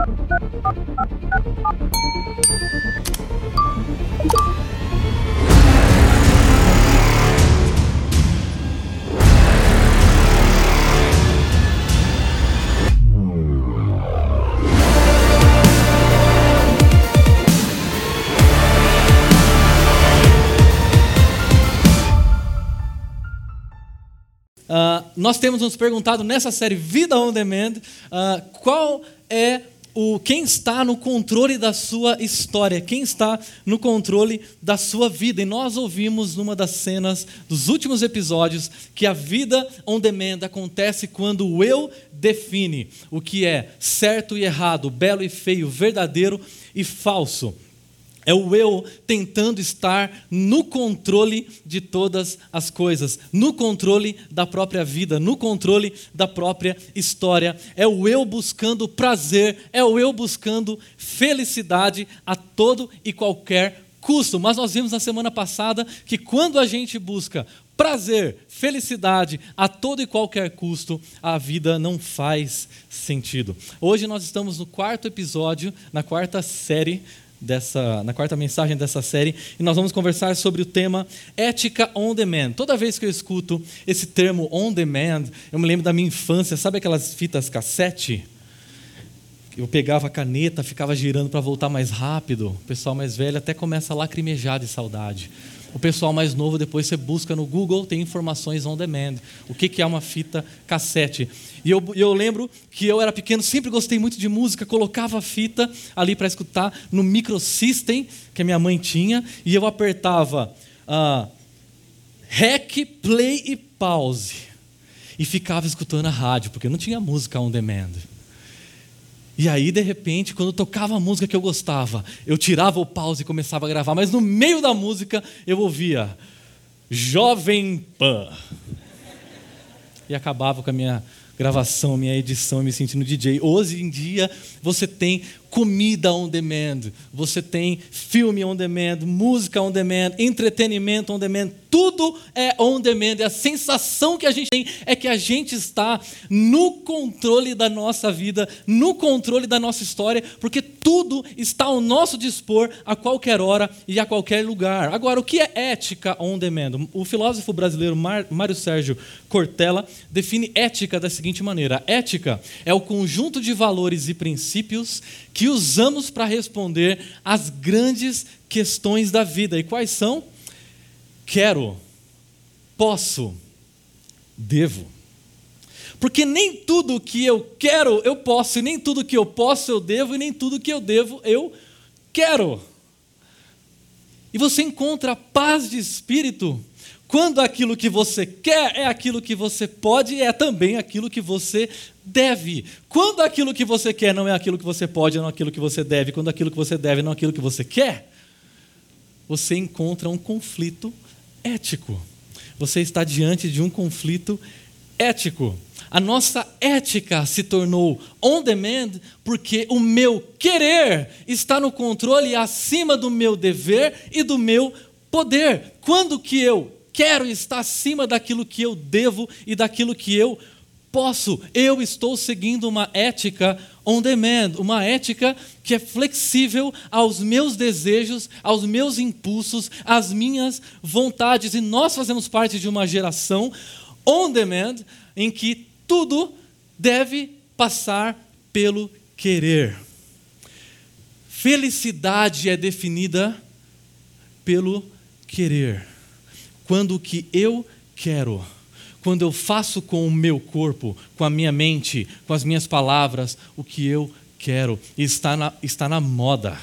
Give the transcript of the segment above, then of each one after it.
Nós temos nos perguntado nessa série Vida on Demand, qual é quem está no controle da sua história, quem está no controle da sua vida. E nós ouvimos numa das cenas dos últimos episódios que a vida on demand acontece quando o eu define o que é certo e errado, belo e feio, verdadeiro e falso. É o eu tentando estar no controle de todas as coisas, no controle da própria vida, no controle da própria história. É o eu buscando prazer, é o eu buscando felicidade a todo e qualquer custo. Mas nós vimos na semana passada que quando a gente busca prazer, felicidade a todo e qualquer custo, a vida não faz sentido. Hoje nós estamos no quarto episódio, na quarta mensagem dessa série, e nós vamos conversar sobre o tema ética on demand. Toda vez que eu escuto esse termo on demand, eu me lembro da minha infância. Sabe aquelas fitas cassete? Eu pegava a caneta, ficava girando para voltar mais rápido. O pessoal mais velho até começa a lacrimejar de saudade. O pessoal mais novo, depois você busca no Google, tem informações on demand. O que é uma fita cassete? E eu lembro que eu era pequeno, sempre gostei muito de música, colocava a fita ali para escutar no microsystem que a minha mãe tinha, e eu apertava REC, play e pause. E ficava escutando a rádio, porque não tinha música on demand. E aí, de repente, quando tocava a música que eu gostava, eu tirava o pause e começava a gravar. Mas no meio da música, eu ouvia Jovem Pan. E acabava com a minha gravação, minha edição, me sentindo DJ. Hoje em dia, você tem comida on demand, você tem filme on demand, música on demand, entretenimento on demand, tudo é on demand. E a sensação que a gente tem é que a gente está no controle da nossa vida, no controle da nossa história, porque tudo está ao nosso dispor a qualquer hora e a qualquer lugar. Agora, o que é ética on demand? O filósofo brasileiro Mário Sérgio Cortella define ética da seguinte maneira: ética é o conjunto de valores e princípios que usamos para responder às grandes questões da vida. E quais são? Quero, posso, devo. Porque nem tudo que eu quero, eu posso, e nem tudo que eu posso, eu devo, e nem tudo que eu devo, eu quero. E você encontra paz de espírito quando aquilo que você quer é aquilo que você pode e é também aquilo que você deve. Quando aquilo que você quer não é aquilo que você pode, não é aquilo que você deve, quando aquilo que você deve não é aquilo que você quer, você encontra um conflito ético. Você está diante de um conflito ético. A nossa ética se tornou on demand porque o meu querer está no controle acima do meu dever e do meu poder. Quando que eu quero estar acima daquilo que eu devo e daquilo que eu posso, eu estou seguindo uma ética on demand, uma ética que é flexível aos meus desejos, aos meus impulsos, às minhas vontades. E nós fazemos parte de uma geração on demand em que tudo deve passar pelo querer. Felicidade é definida pelo querer. Quando o que eu quero, quando eu faço com o meu corpo, com a minha mente, com as minhas palavras, o que eu quero, está na moda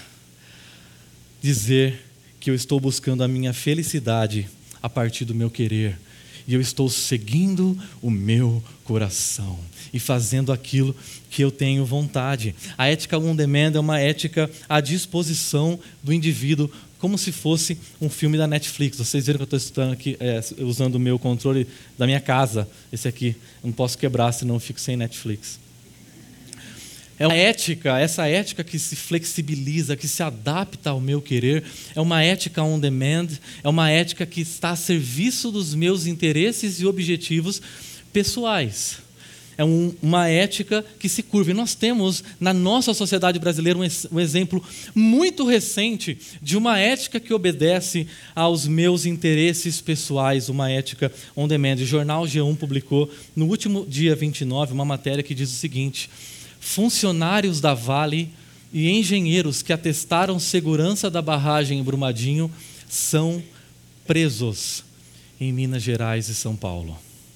dizer que eu estou buscando a minha felicidade a partir do meu querer. E eu estou seguindo o meu coração e fazendo aquilo que eu tenho vontade. A ética on demand é uma ética à disposição do indivíduo, como se fosse um filme da Netflix. Vocês viram que eu estou estudando aqui, usando o meu controle da minha casa. Esse aqui, eu não posso quebrar, senão eu fico sem Netflix. É uma ética, essa ética que se flexibiliza, que se adapta ao meu querer, é uma ética on demand, é uma ética que está a serviço dos meus interesses e objetivos pessoais. é uma ética que se curva. E nós temos na nossa sociedade brasileira um exemplo muito recente de uma ética que obedece aos meus interesses pessoais, uma ética on demand. O jornal G1 publicou no último dia 29 uma matéria que diz o seguinte: funcionários da Vale e engenheiros que atestaram segurança da barragem em Brumadinho são presos em Minas Gerais e São Paulo.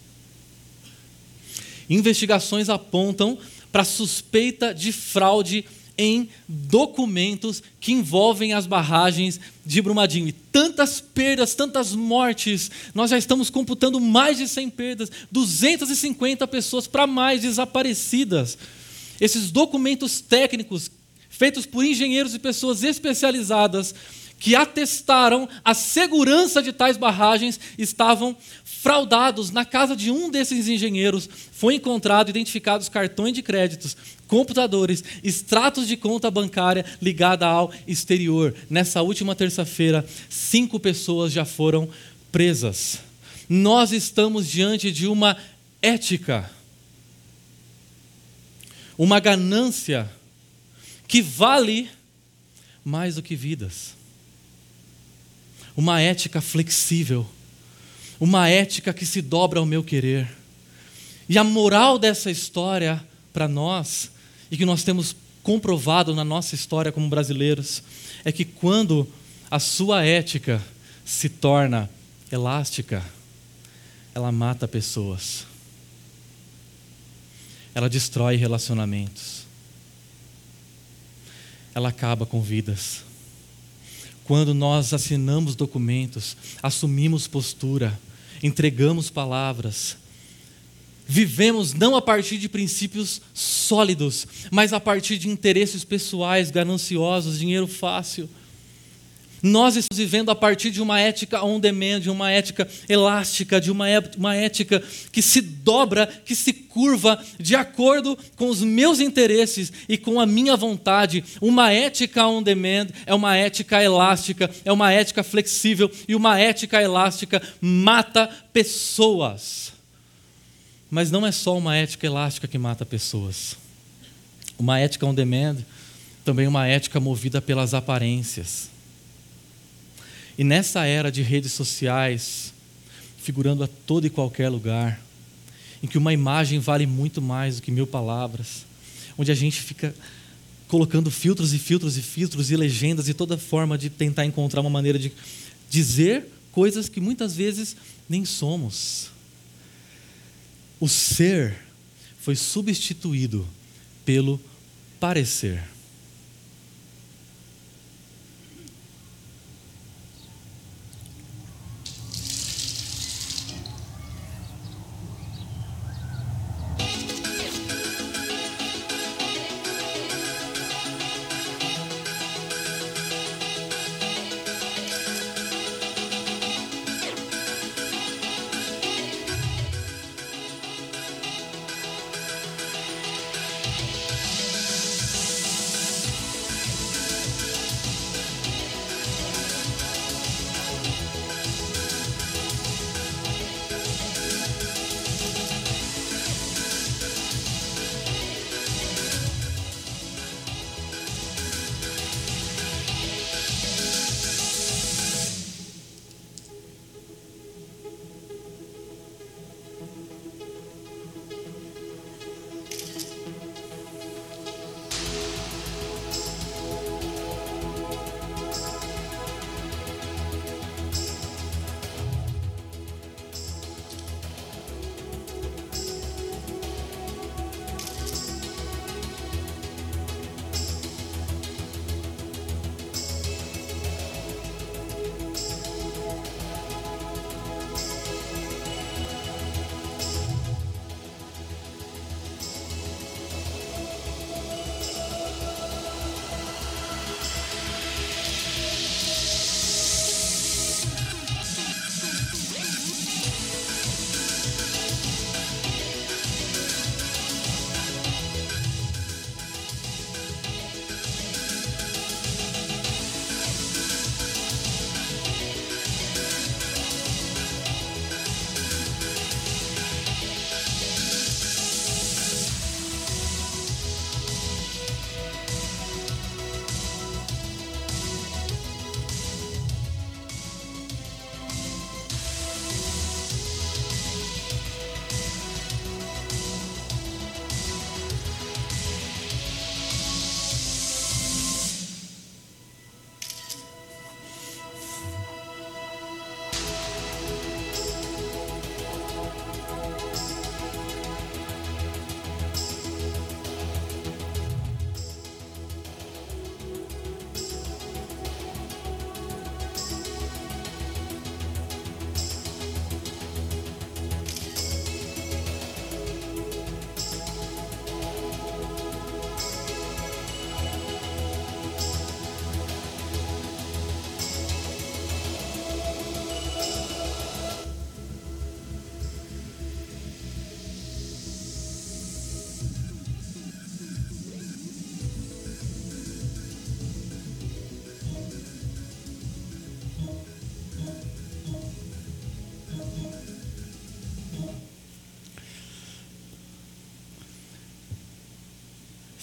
Investigações apontam para suspeita de fraude em documentos que envolvem as barragens de Brumadinho. E tantas perdas, tantas mortes, nós já estamos computando mais de 100 perdas, 250 pessoas para mais desaparecidas. Esses documentos técnicos, feitos por engenheiros e pessoas especializadas, que atestaram a segurança de tais barragens, estavam fraudados. Na casa de um desses engenheiros foi encontrado, identificados cartões de créditos, computadores, extratos de conta bancária ligada ao exterior. Nessa última terça-feira, 5 pessoas já foram presas. Nós estamos diante de uma ética, uma ganância que vale mais do que vidas. Uma ética flexível, uma ética que se dobra ao meu querer. E a moral dessa história para nós, e que nós temos comprovado na nossa história como brasileiros, é que quando a sua ética se torna elástica, ela mata pessoas. Ela destrói relacionamentos. Ela acaba com vidas. Quando nós assinamos documentos, assumimos postura, entregamos palavras, vivemos não a partir de princípios sólidos, mas a partir de interesses pessoais, gananciosos, dinheiro fácil. Nós estamos vivendo a partir de uma ética on demand, de uma ética elástica, de uma ética que se dobra, que se curva de acordo com os meus interesses e com a minha vontade. Uma ética on demand é uma ética elástica, é uma ética flexível, e uma ética elástica mata pessoas. Mas não é só uma ética elástica que mata pessoas. Uma ética on demand também é uma ética movida pelas aparências. E nessa era de redes sociais, figurando a todo e qualquer lugar, em que uma imagem vale muito mais do que 1000 palavras, onde a gente fica colocando filtros e filtros e filtros e legendas e toda forma de tentar encontrar uma maneira de dizer coisas que muitas vezes nem somos. O ser foi substituído pelo parecer.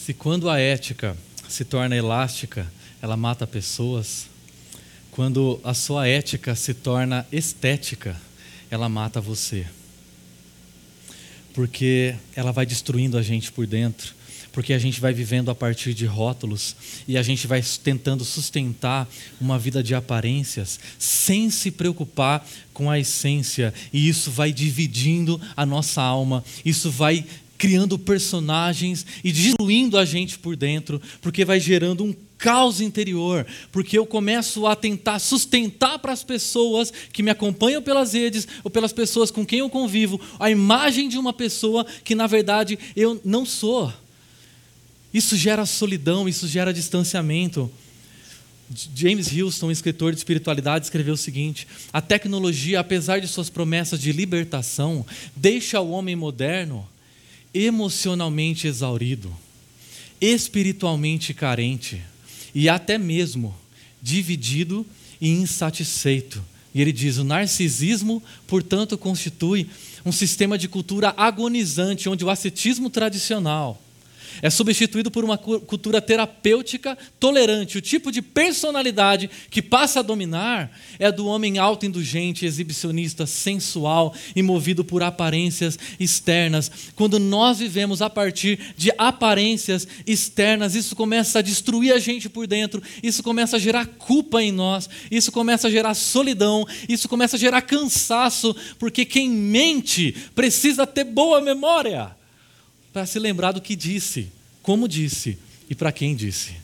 Se quando a ética se torna elástica, ela mata pessoas, quando a sua ética se torna estética, ela mata você. Porque ela vai destruindo a gente por dentro, porque a gente vai vivendo a partir de rótulos e a gente vai tentando sustentar uma vida de aparências sem se preocupar com a essência, e isso vai dividindo a nossa alma, isso vai criando personagens e destruindo a gente por dentro, porque vai gerando um caos interior, porque eu começo a tentar sustentar para as pessoas que me acompanham pelas redes ou pelas pessoas com quem eu convivo a imagem de uma pessoa que na verdade eu não sou. Isso gera solidão, isso gera distanciamento. James Houston, escritor de espiritualidade, escreveu o seguinte: a tecnologia, apesar de suas promessas de libertação, deixa o homem moderno emocionalmente exaurido, espiritualmente carente e até mesmo dividido e insatisfeito. E ele diz: o narcisismo, portanto, constitui um sistema de cultura agonizante, onde o ascetismo tradicional é substituído por uma cultura terapêutica tolerante. O tipo de personalidade que passa a dominar é a do homem autoindulgente, exibicionista, sensual e movido por aparências externas. Quando nós vivemos a partir de aparências externas, isso começa a destruir a gente por dentro, isso começa a gerar culpa em nós, isso começa a gerar solidão, isso começa a gerar cansaço, porque quem mente precisa ter boa memória para se lembrar do que disse, como disse e para quem disse.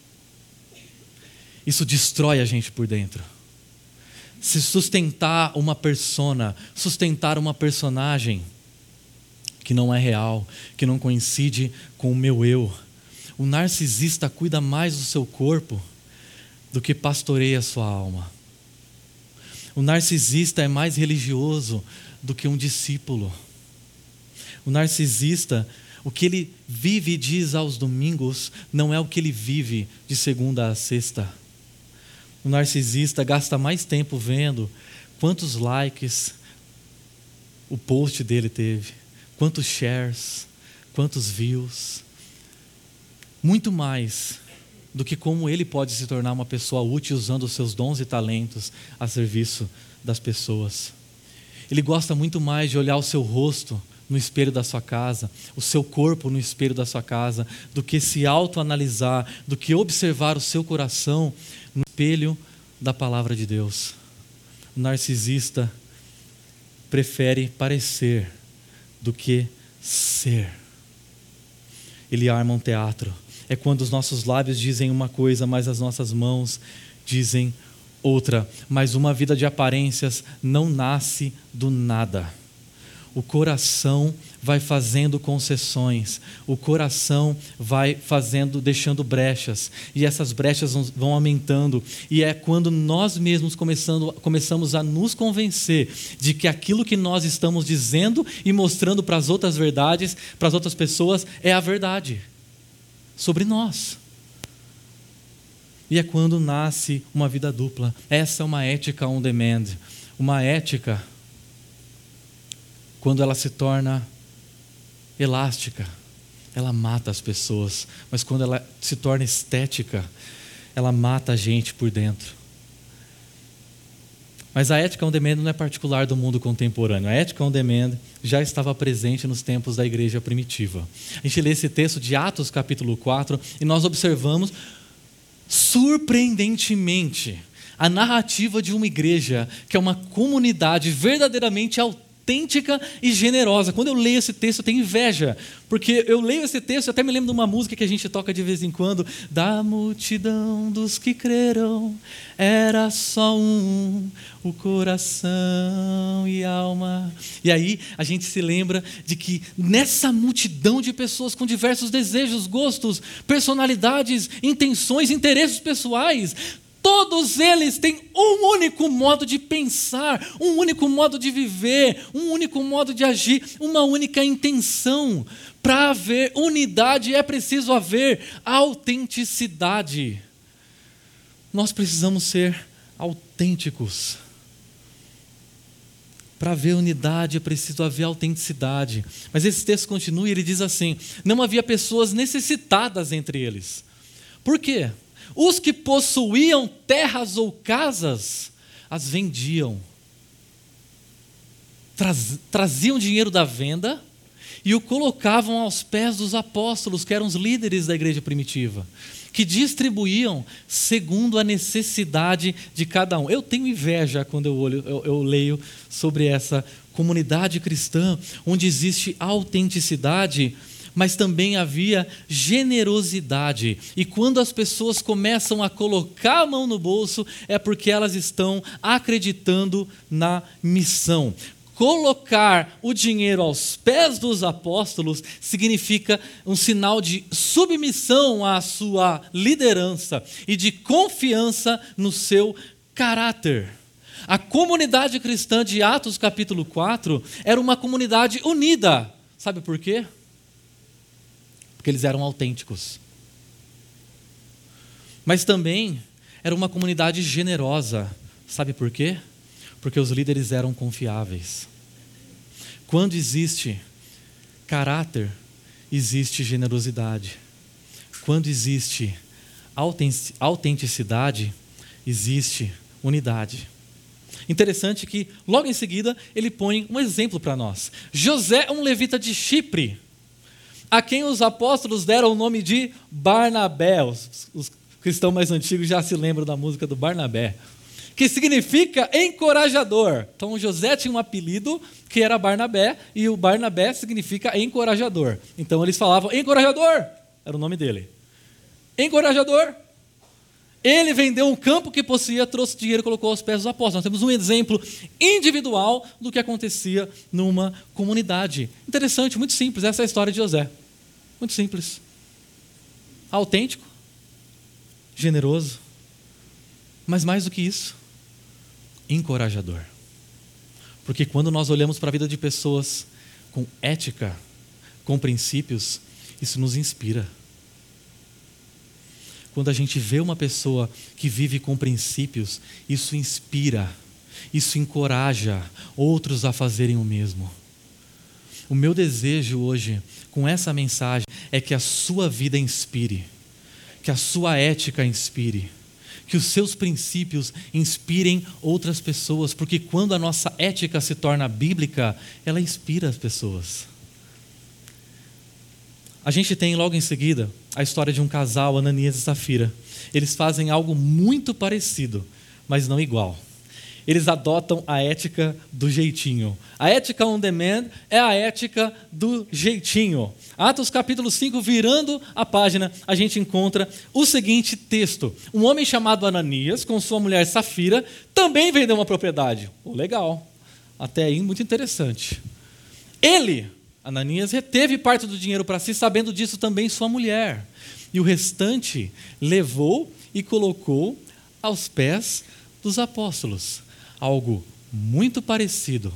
Isso destrói a gente por dentro. Se sustentar uma persona, sustentar uma personagem que não é real, que não coincide com o meu eu. O narcisista cuida mais do seu corpo do que pastoreia a sua alma. O narcisista é mais religioso do que um discípulo. O narcisista, o que ele vive e diz aos domingos, não é o que ele vive de segunda a sexta. O narcisista gasta mais tempo vendo quantos likes o post dele teve, quantos shares, quantos views, muito mais do que como ele pode se tornar uma pessoa útil usando os seus dons e talentos a serviço das pessoas. Ele gosta muito mais de olhar o seu rosto no espelho da sua casa, o seu corpo no espelho da sua casa, do que se autoanalisar, do que observar o seu coração no espelho da palavra de Deus. O narcisista prefere parecer do que ser. Ele arma um teatro. É quando os nossos lábios dizem uma coisa, mas as nossas mãos dizem outra. Mas uma vida de aparências não nasce do nada. O coração vai fazendo concessões, o coração vai deixando brechas, e essas brechas vão aumentando, e é quando nós mesmos começamos a nos convencer de que aquilo que nós estamos dizendo e mostrando para as outras verdades, para as outras pessoas, é a verdade sobre nós. E é quando nasce uma vida dupla. Essa é uma ética on demand, uma ética quando ela se torna elástica, ela mata as pessoas. Mas quando ela se torna estética, ela mata a gente por dentro. Mas a ética on demand não é particular do mundo contemporâneo. A ética on demand já estava presente nos tempos da igreja primitiva. A gente lê esse texto de Atos capítulo 4 e nós observamos, surpreendentemente, a narrativa de uma igreja que é uma comunidade verdadeiramente autêntica e generosa. Quando eu leio esse texto, eu tenho inveja, porque eu leio esse texto e até me lembro de uma música que a gente toca de vez em quando: da multidão dos que creram, era só um, o coração e alma. E aí a gente se lembra de que nessa multidão de pessoas com diversos desejos, gostos, personalidades, intenções, interesses pessoais, todos eles têm um único modo de pensar, um único modo de viver, um único modo de agir, uma única intenção. Para haver unidade é preciso haver autenticidade. Nós precisamos ser autênticos. Para haver unidade é preciso haver autenticidade. Mas esse texto continua e ele diz assim: não havia pessoas necessitadas entre eles. Por quê? Os que possuíam terras ou casas, as vendiam. Traziam dinheiro da venda e o colocavam aos pés dos apóstolos, que eram os líderes da igreja primitiva, que distribuíam segundo a necessidade de cada um. Eu tenho inveja quando eu leio sobre essa comunidade cristã, onde existe autenticidade, mas também havia generosidade. E quando as pessoas começam a colocar a mão no bolso, é porque elas estão acreditando na missão. Colocar o dinheiro aos pés dos apóstolos significa um sinal de submissão à sua liderança e de confiança no seu caráter. A comunidade cristã de Atos capítulo 4 era uma comunidade unida. Sabe por quê? Porque eles eram autênticos. Mas também era uma comunidade generosa. Sabe por quê? Porque os líderes eram confiáveis. Quando existe caráter, existe generosidade. Quando existe autenticidade, existe unidade. Interessante que, logo em seguida, ele põe um exemplo para nós. José é um levita de Chipre, a quem os apóstolos deram o nome de Barnabé. Os cristãos mais antigos já se lembram da música do Barnabé, que significa encorajador. Então, José tinha um apelido que era Barnabé, e o Barnabé significa encorajador. Então, eles falavam, encorajador, era o nome dele. Encorajador. Ele vendeu um campo que possuía, trouxe dinheiro e colocou aos pés dos apóstolos. Nós temos um exemplo individual do que acontecia numa comunidade. Interessante, muito simples, essa é a história de José. Muito simples. Autêntico, generoso, mas mais do que isso, encorajador. Porque quando nós olhamos para a vida de pessoas com ética, com princípios, isso nos inspira. Quando a gente vê uma pessoa que vive com princípios, isso inspira, isso encoraja outros a fazerem o mesmo. O meu desejo hoje, com essa mensagem, é que a sua vida inspire, que a sua ética inspire, que os seus princípios inspirem outras pessoas, porque quando a nossa ética se torna bíblica, ela inspira as pessoas. A gente tem logo em seguida a história de um casal, Ananias e Safira. Eles fazem algo muito parecido, mas não igual. Eles adotam a ética do jeitinho. A ética on demand é a ética do jeitinho. Atos capítulo 5, virando a página, a gente encontra o seguinte texto. Um homem chamado Ananias, com sua mulher Safira, também vendeu uma propriedade. Legal. Até aí, muito interessante. Ele, Ananias, reteve parte do dinheiro para si, sabendo disso também sua mulher. E o restante levou e colocou aos pés dos apóstolos. Algo muito parecido,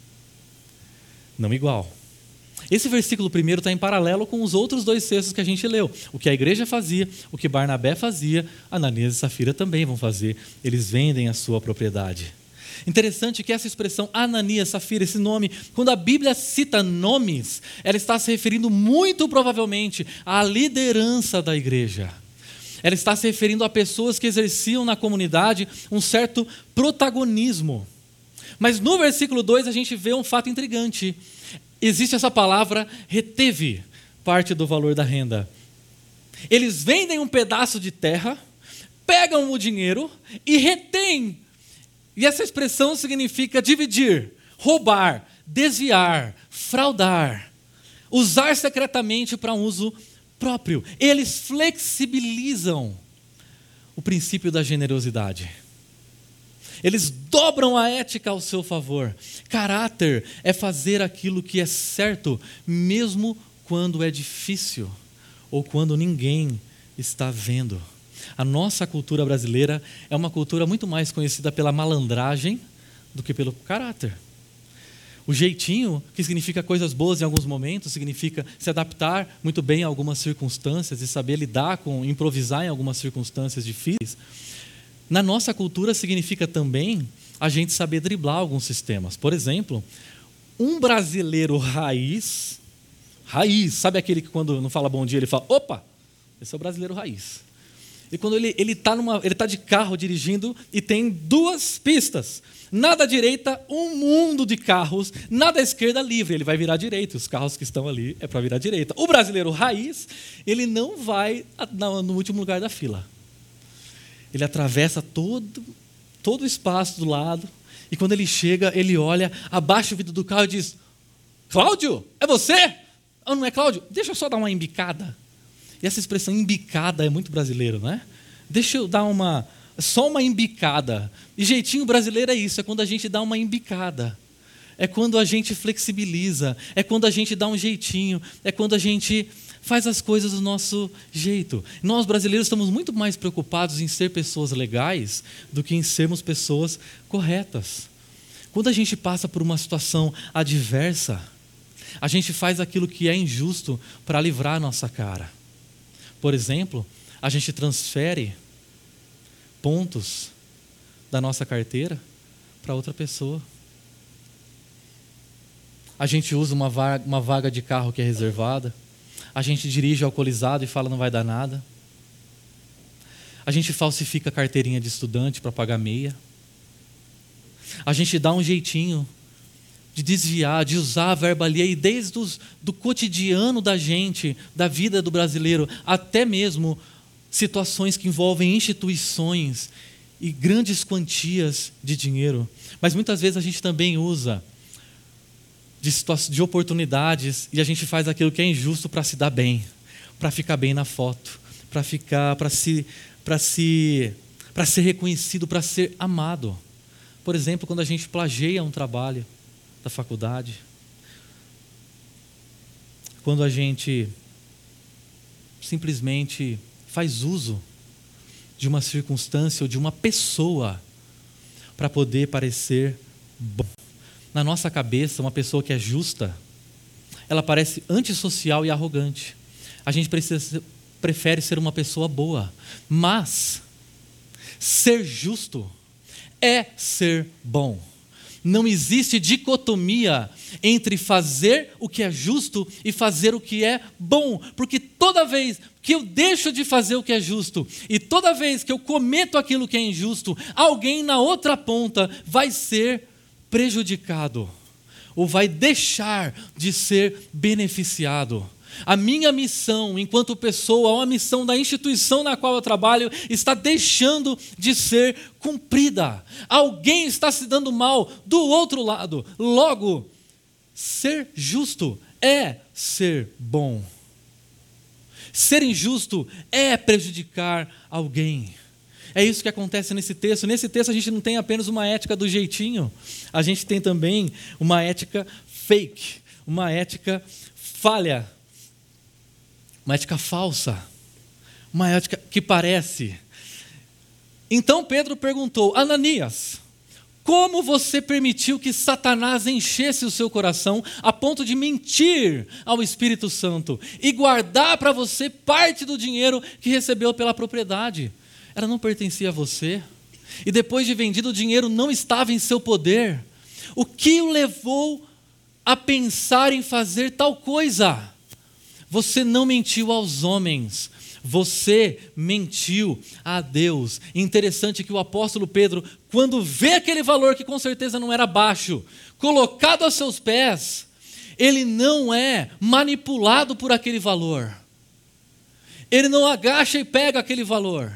não igual. Esse versículo primeiro está em paralelo com os outros dois textos que a gente leu. O que a igreja fazia, o que Barnabé fazia, Ananias e Safira também vão fazer. Eles vendem a sua propriedade. Interessante que essa expressão Ananias, Safira, esse nome, quando a Bíblia cita nomes, ela está se referindo muito provavelmente à liderança da igreja. Ela está se referindo a pessoas que exerciam na comunidade um certo protagonismo. Mas no versículo 2 a gente vê um fato intrigante. Existe essa palavra reteve parte do valor da renda. Eles vendem um pedaço de terra, pegam o dinheiro e retêm. E essa expressão significa dividir, roubar, desviar, fraudar, usar secretamente para um uso próprio. Eles flexibilizam o princípio da generosidade. Eles dobram a ética ao seu favor. Caráter é fazer aquilo que é certo, mesmo quando é difícil ou quando ninguém está vendo. A nossa cultura brasileira é uma cultura muito mais conhecida pela malandragem do que pelo caráter. O jeitinho, que significa coisas boas em alguns momentos, significa se adaptar muito bem a algumas circunstâncias e saber lidar com, improvisar em algumas circunstâncias difíceis. Na nossa cultura significa também a gente saber driblar alguns sistemas. Por exemplo, um brasileiro raiz, sabe aquele que quando não fala bom dia, ele fala, opa, esse é o brasileiro raiz. E quando ele tá de carro dirigindo e tem 2 pistas, nada à direita, um mundo de carros, nada à esquerda livre, ele vai virar à direita, os carros que estão ali é para virar à direita. O brasileiro raiz, ele não vai no último lugar da fila. Ele atravessa todo o espaço do lado, e quando ele chega, ele olha, abaixa o vidro do carro e diz, Cláudio, é você? Ah, não é Cláudio? Deixa eu só dar uma embicada. E essa expressão embicada é muito brasileiro, não é? Deixa eu dar só uma embicada. E jeitinho brasileiro é isso, é quando a gente dá uma embicada. É quando a gente flexibiliza, é quando a gente dá um jeitinho, é quando a gente faz as coisas do nosso jeito. Nós brasileiros estamos muito mais preocupados em ser pessoas legais do que em sermos pessoas corretas. Quando a gente passa por uma situação adversa, a gente faz aquilo que é injusto para livrar a nossa cara. Por exemplo, a gente transfere pontos da nossa carteira para outra pessoa. A gente usa uma vaga de carro que é reservada. A gente dirige alcoolizado e fala não vai dar nada. A gente falsifica a carteirinha de estudante para pagar meia. A gente dá um jeitinho de desviar, de usar a verba alheia, e desde do cotidiano da gente, da vida do brasileiro, até mesmo situações que envolvem instituições e grandes quantias de dinheiro. Mas muitas vezes a gente também usa de oportunidades e a gente faz aquilo que é injusto para se dar bem, para ficar bem na foto, para ser reconhecido, para ser amado. Por exemplo, quando a gente plageia um trabalho da faculdade, quando a gente simplesmente faz uso de uma circunstância ou de uma pessoa para poder parecer bom. Na nossa cabeça, uma pessoa que é justa, ela parece antissocial e arrogante. A gente prefere ser uma pessoa boa, mas ser justo é ser bom. Não existe dicotomia entre fazer o que é justo e fazer o que é bom, porque toda vez que eu deixo de fazer o que é justo e toda vez que eu cometo aquilo que é injusto, alguém na outra ponta vai ser prejudicado ou vai deixar de ser beneficiado. A minha missão enquanto pessoa, ou a missão da instituição na qual eu trabalho, está deixando de ser cumprida. Alguém está se dando mal do outro lado. Logo, ser justo é ser bom. Ser injusto é prejudicar alguém. É isso que acontece nesse texto. Nesse texto a gente não tem apenas uma ética do jeitinho, a gente tem também uma ética fake, uma ética falha, uma ética falsa, uma ética que parece. Então Pedro perguntou, Ananias, como você permitiu que Satanás enchesse o seu coração a ponto de mentir ao Espírito Santo e guardar para você parte do dinheiro que recebeu pela propriedade? Ela não pertencia a você. E depois de vendido, o dinheiro não estava em seu poder. O que o levou a pensar em fazer tal coisa? Você não mentiu aos homens, você mentiu a Deus. Interessante que o apóstolo Pedro, quando vê aquele valor que com certeza não era baixo, colocado aos seus pés, ele não é manipulado por aquele valor. Ele não agacha e pega aquele valor.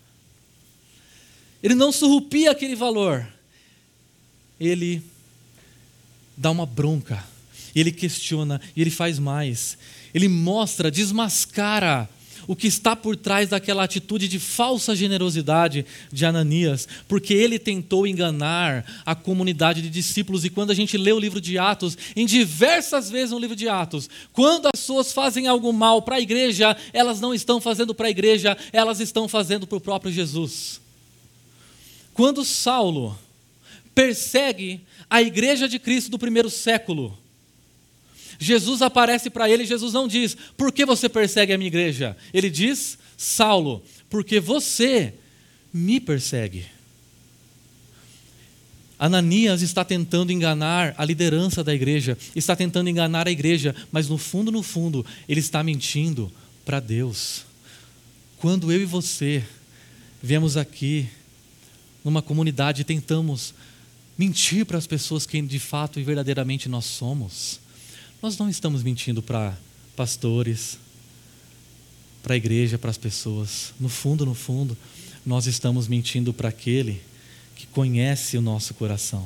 Ele não surrupia aquele valor. Ele dá uma bronca, ele questiona e ele faz mais. Ele mostra, desmascara o que está por trás daquela atitude de falsa generosidade de Ananias, porque ele tentou enganar a comunidade de discípulos. E quando a gente lê o livro de Atos, em diversas vezes no livro de Atos, quando as pessoas fazem algo mal para a igreja, elas não estão fazendo para a igreja, elas estão fazendo para o próprio Jesus. Quando Saulo persegue a igreja de Cristo do primeiro século, Jesus aparece para ele e Jesus não diz, por que você persegue a minha igreja? Ele diz, Saulo, porque você me persegue. Ananias está tentando enganar a liderança da igreja, está tentando enganar a igreja, mas no fundo, ele está mentindo para Deus. Quando eu e você viemos aqui numa comunidade e tentamos mentir para as pessoas quem de fato e verdadeiramente nós somos, nós não estamos mentindo para pastores, para a igreja, para as pessoas. No fundo, nós estamos mentindo para aquele que conhece o nosso coração.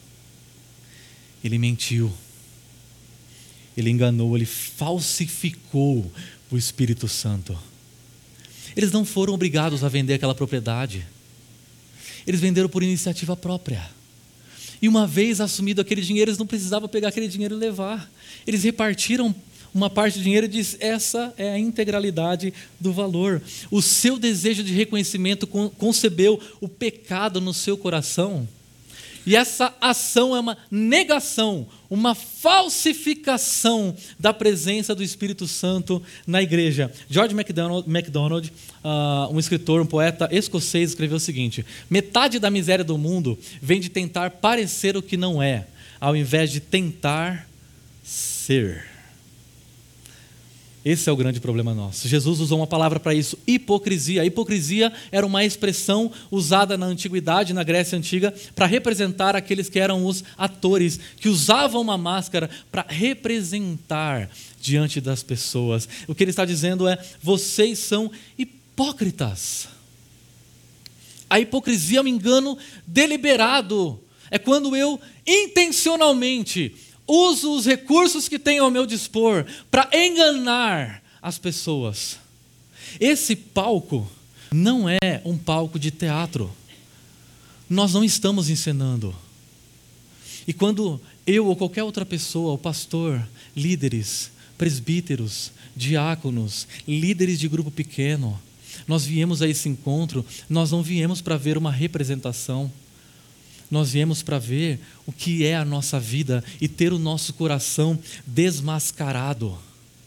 Ele mentiu, ele enganou, ele falsificou o Espírito Santo. Eles não foram obrigados a vender aquela propriedade, eles venderam por iniciativa própria. E uma vez assumido aquele dinheiro, eles não precisavam pegar aquele dinheiro e levar. Eles repartiram uma parte do dinheiro e disse: essa é a integralidade do valor. O seu desejo de reconhecimento concebeu o pecado no seu coração. E essa ação é uma negação, uma falsificação da presença do Espírito Santo na igreja. George MacDonald, um escritor, um poeta escocês, escreveu o seguinte: metade da miséria do mundo vem de tentar parecer o que não é, ao invés de tentar ser. Esse é o grande problema nosso. Jesus usou uma palavra para isso: hipocrisia. A hipocrisia era uma expressão usada na antiguidade, na Grécia Antiga, para representar aqueles que eram os atores, que usavam uma máscara para representar diante das pessoas. O que ele está dizendo é: vocês são hipócritas. A hipocrisia é um engano deliberado. É quando eu intencionalmente uso os recursos que tenho ao meu dispor para enganar as pessoas. Esse palco não é um palco de teatro. Nós não estamos encenando. E quando eu ou qualquer outra pessoa, o pastor, líderes, presbíteros, diáconos, líderes de grupo pequeno, nós viemos a esse encontro, nós não viemos para ver uma representação. Nós viemos para ver o que é a nossa vida e ter o nosso coração desmascarado.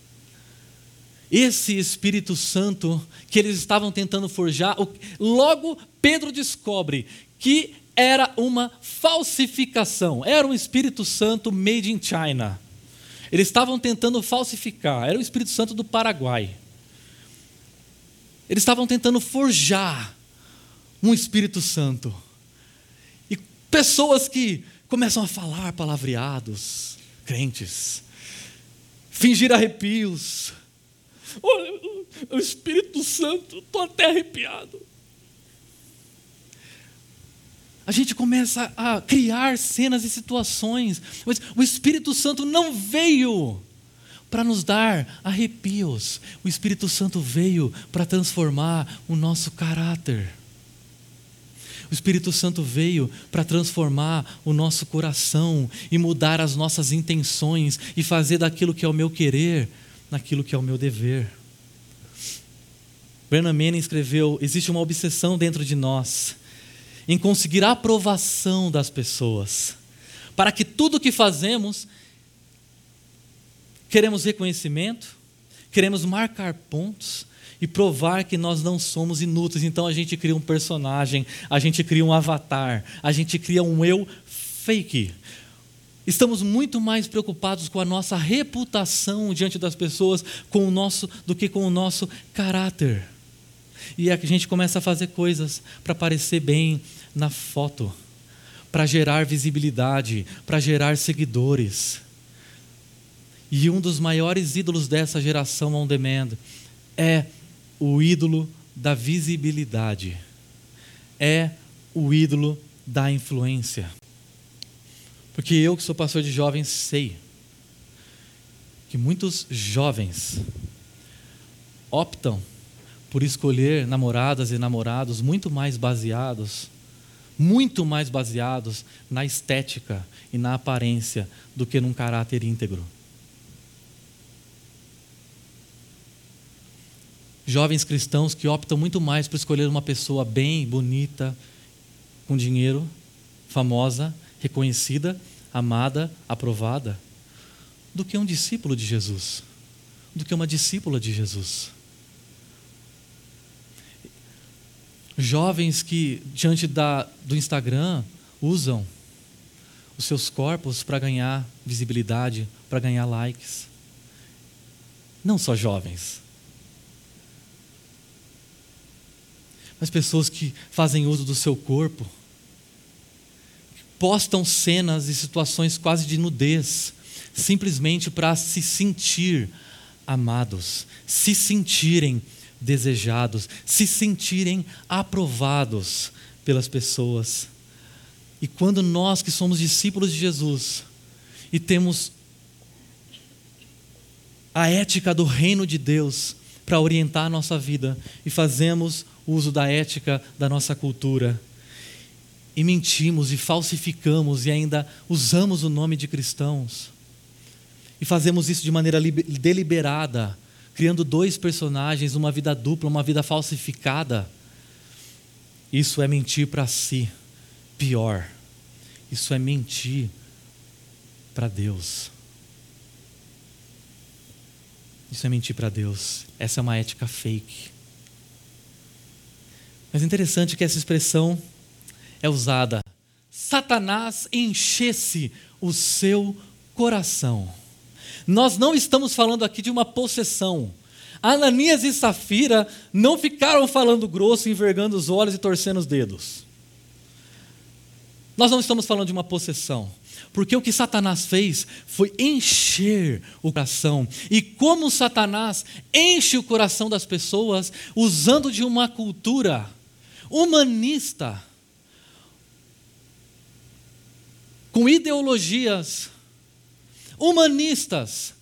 Esse Espírito Santo que eles estavam tentando forjar, logo Pedro descobre que era uma falsificação, era um Espírito Santo made in China. Eles estavam tentando falsificar, era o Espírito Santo do Paraguai. Eles estavam tentando forjar um Espírito Santo. Pessoas que começam a falar palavreados, crentes, fingir arrepios. Olha, o Espírito Santo, estou até arrepiado. A gente começa a criar cenas e situações, mas o Espírito Santo não veio para nos dar arrepios. O Espírito Santo veio para transformar o nosso caráter. O Espírito Santo veio para transformar o nosso coração e mudar as nossas intenções e fazer daquilo que é o meu querer, naquilo que é o meu dever. Bernard Manning escreveu: existe uma obsessão dentro de nós em conseguir a aprovação das pessoas, para que tudo o que fazemos, queremos reconhecimento, queremos marcar pontos, e provar que nós não somos inúteis. Então a gente cria um personagem, a gente cria um avatar, a gente cria um eu fake. Estamos muito mais preocupados com a nossa reputação diante das pessoas do que com o nosso caráter. E a gente começa a fazer coisas para parecer bem na foto, para gerar visibilidade, para gerar seguidores. E um dos maiores ídolos dessa geração on demand é o ídolo da visibilidade, é o ídolo da influência. Porque eu, que sou pastor de jovens, sei que muitos jovens optam por escolher namoradas e namorados muito mais baseados na estética e na aparência do que num caráter íntegro. Jovens cristãos que optam muito mais por escolher uma pessoa bem, bonita, com dinheiro, famosa, reconhecida, amada, aprovada, do que um discípulo de Jesus, do que uma discípula de Jesus. Jovens que, diante do Instagram, usam os seus corpos para ganhar visibilidade, para ganhar likes. Não só jovens, mas pessoas que fazem uso do seu corpo, postam cenas e situações quase de nudez, simplesmente para se sentir amados, se sentirem desejados, se sentirem aprovados pelas pessoas. E quando nós que somos discípulos de Jesus e temos a ética do reino de Deus para orientar a nossa vida e fazemos uso da ética da nossa cultura e mentimos e falsificamos e ainda usamos o nome de cristãos e fazemos isso de maneira deliberada, criando dois personagens, uma vida dupla, uma vida falsificada, isso é mentir para si. Pior, isso é mentir para Deus. Isso é mentir para Deus. Essa é uma ética fake. Mas é interessante que essa expressão é usada. Satanás enchesse o seu coração. Nós não estamos falando aqui de uma possessão. Ananias e Safira não ficaram falando grosso, envergando os olhos e torcendo os dedos. Nós não estamos falando de uma possessão. Porque o que Satanás fez foi encher o coração. E como Satanás enche o coração das pessoas usando de uma cultura humanista, com ideologias humanistas,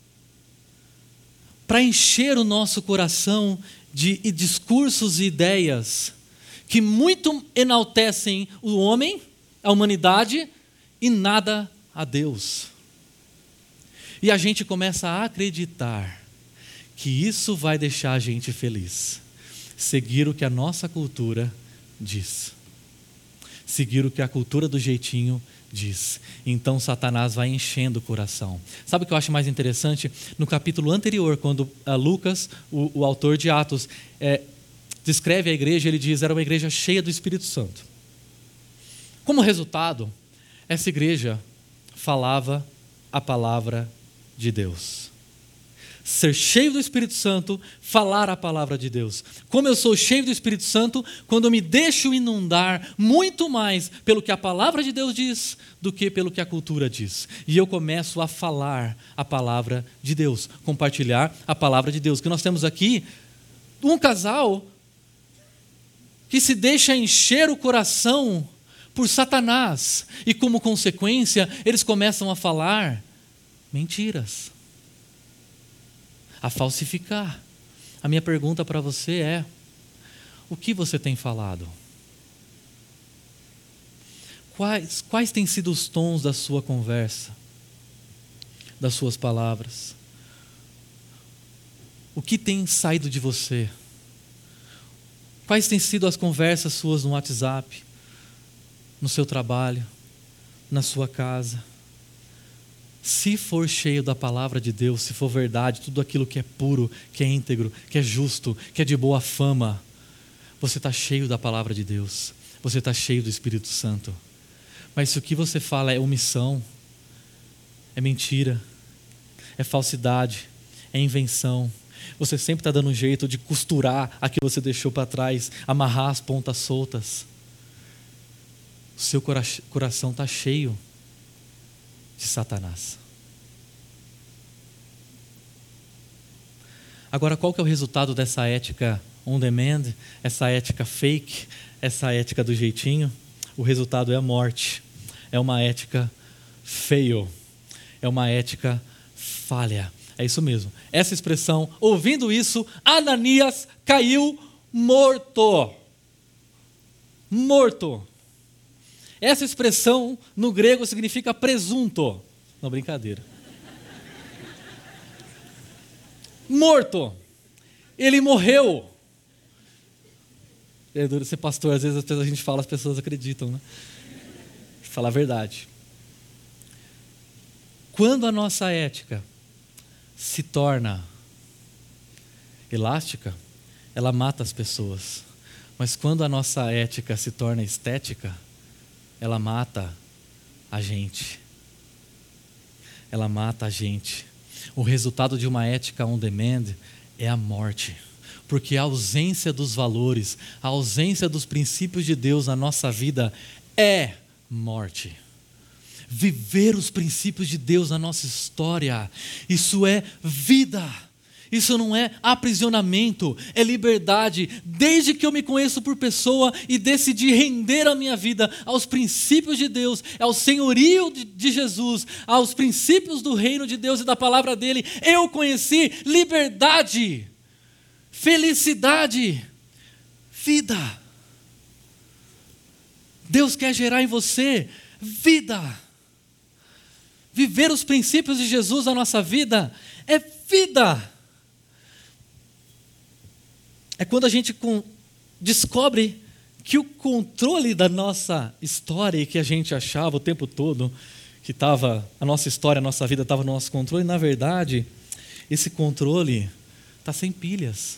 para encher o nosso coração de discursos e ideias que muito enaltecem o homem, a humanidade, e nada a Deus. E a gente começa a acreditar que isso vai deixar a gente feliz. Seguir o que a nossa cultura diz. Seguir o que a cultura do jeitinho diz. Então Satanás vai enchendo o coração. Sabe o que eu acho mais interessante? No capítulo anterior, quando Lucas, o autor de Atos, descreve a igreja, ele diz, era uma igreja cheia do Espírito Santo. Como resultado, essa igreja falava a palavra de Deus. Ser cheio do Espírito Santo, falar a palavra de Deus. Como eu sou cheio do Espírito Santo, quando eu me deixo inundar muito mais pelo que a palavra de Deus diz do que pelo que a cultura diz. E eu começo a falar a palavra de Deus, compartilhar a palavra de Deus. Que nós temos aqui um casal que se deixa encher o coração por Satanás, e como consequência, eles começam a falar mentiras, a falsificar. A minha pergunta para você é: o que você tem falado? Quais têm sido os tons da sua conversa, das suas palavras? O que tem saído de você? Quais têm sido as conversas suas no WhatsApp, no seu trabalho, na sua casa? Se for cheio da palavra de Deus, se for verdade, tudo aquilo que é puro, que é íntegro, que é justo, que é de boa fama, você está cheio da palavra de Deus, você está cheio do Espírito Santo. Mas se o que você fala é omissão, é mentira, é falsidade, é invenção, você sempre está dando um jeito de costurar aquilo que você deixou para trás, amarrar as pontas soltas, o seu coração está cheio de Satanás. Agora, qual que é o resultado dessa ética on demand, essa ética fake, essa ética do jeitinho? O resultado é a morte. É uma ética fail. É uma ética falha. É isso mesmo. Essa expressão, ouvindo isso, Ananias caiu morto. Morto. Essa expressão no grego significa presunto. Não, brincadeira. Morto. Ele morreu. É duro ser pastor, às vezes a gente fala, as pessoas acreditam, né? Falar a verdade. Quando a nossa ética se torna elástica, ela mata as pessoas. Mas quando a nossa ética se torna estética, ela mata a gente. Ela mata a gente. O resultado de uma ética on demand é a morte. Porque a ausência dos valores, a ausência dos princípios de Deus na nossa vida é morte. Viver os princípios de Deus na nossa história, isso é vida. Isso não é aprisionamento, é liberdade. Desde que eu me conheço por pessoa e decidi render a minha vida aos princípios de Deus, ao senhorio de Jesus, aos princípios do reino de Deus e da palavra dele, eu conheci liberdade, felicidade, vida. Deus quer gerar em você vida. Viver os princípios de Jesus na nossa vida é vida. É quando a gente descobre que o controle da nossa história e que a gente achava o tempo todo que a nossa história, a nossa vida estava no nosso controle, na verdade, esse controle está sem pilhas.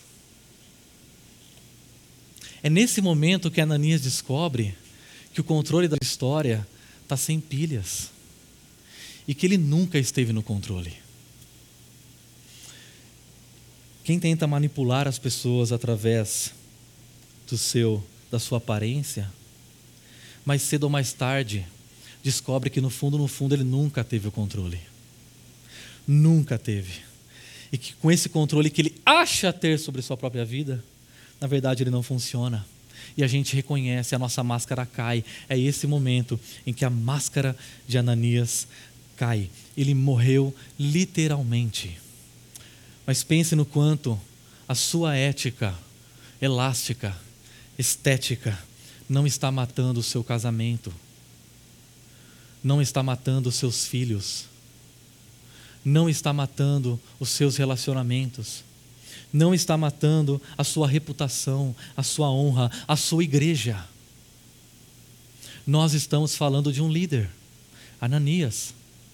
É nesse momento que Ananias descobre que o controle da história está sem pilhas e que ele nunca esteve no controle. Quem tenta manipular as pessoas através da sua aparência, mais cedo ou mais tarde, descobre que no fundo ele nunca teve o controle. Nunca teve. E que com esse controle que ele acha ter sobre sua própria vida, na verdade ele não funciona. E a gente reconhece, a nossa máscara cai. É esse momento em que a máscara de Ananias cai. Ele morreu literalmente. Mas pense no quanto a sua ética elástica, estética, não está matando o seu casamento, não está matando os seus filhos, não está matando os seus relacionamentos, não está matando a sua reputação, a sua honra, a sua igreja. Nós estamos falando de um líder, Ananias.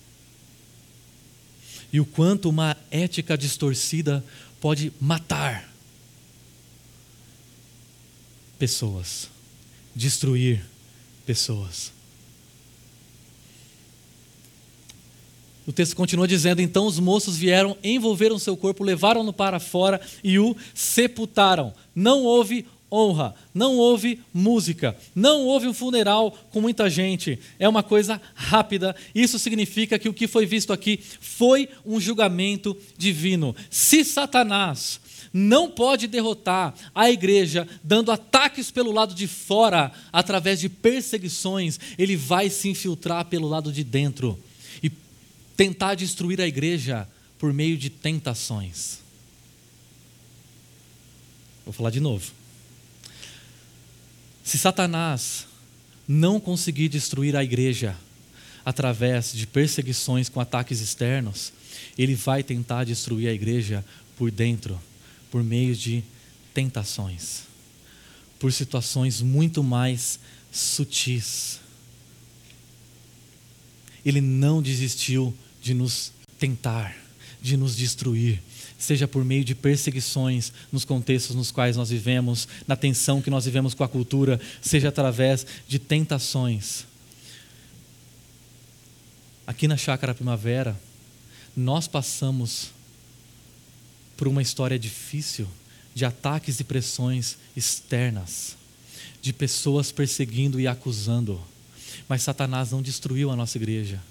E o quanto uma ética distorcida pode matar pessoas, destruir pessoas. O texto continua dizendo: então os moços vieram, envolveram seu corpo, levaram-no para fora e o sepultaram. Não houve honra, não houve música, não houve um funeral com muita gente. É uma coisa rápida. Isso significa que o que foi visto aqui foi um julgamento divino. Se Satanás não pode derrotar a igreja dando ataques pelo lado de fora, através de perseguições, ele vai se infiltrar pelo lado de dentro e tentar destruir a igreja por meio de tentações. Vou falar de novo. Se Satanás não conseguir destruir a igreja através de perseguições com ataques externos, ele vai tentar destruir a igreja por dentro, por meio de tentações, por situações muito mais sutis. Ele não desistiu de nos tentar, de nos destruir, seja por meio de perseguições nos contextos nos quais nós vivemos, na tensão que nós vivemos com a cultura, seja através de tentações. Aqui na Chácara Primavera, nós passamos por uma história difícil de ataques e pressões externas, de pessoas perseguindo e acusando, mas Satanás não destruiu a nossa igreja.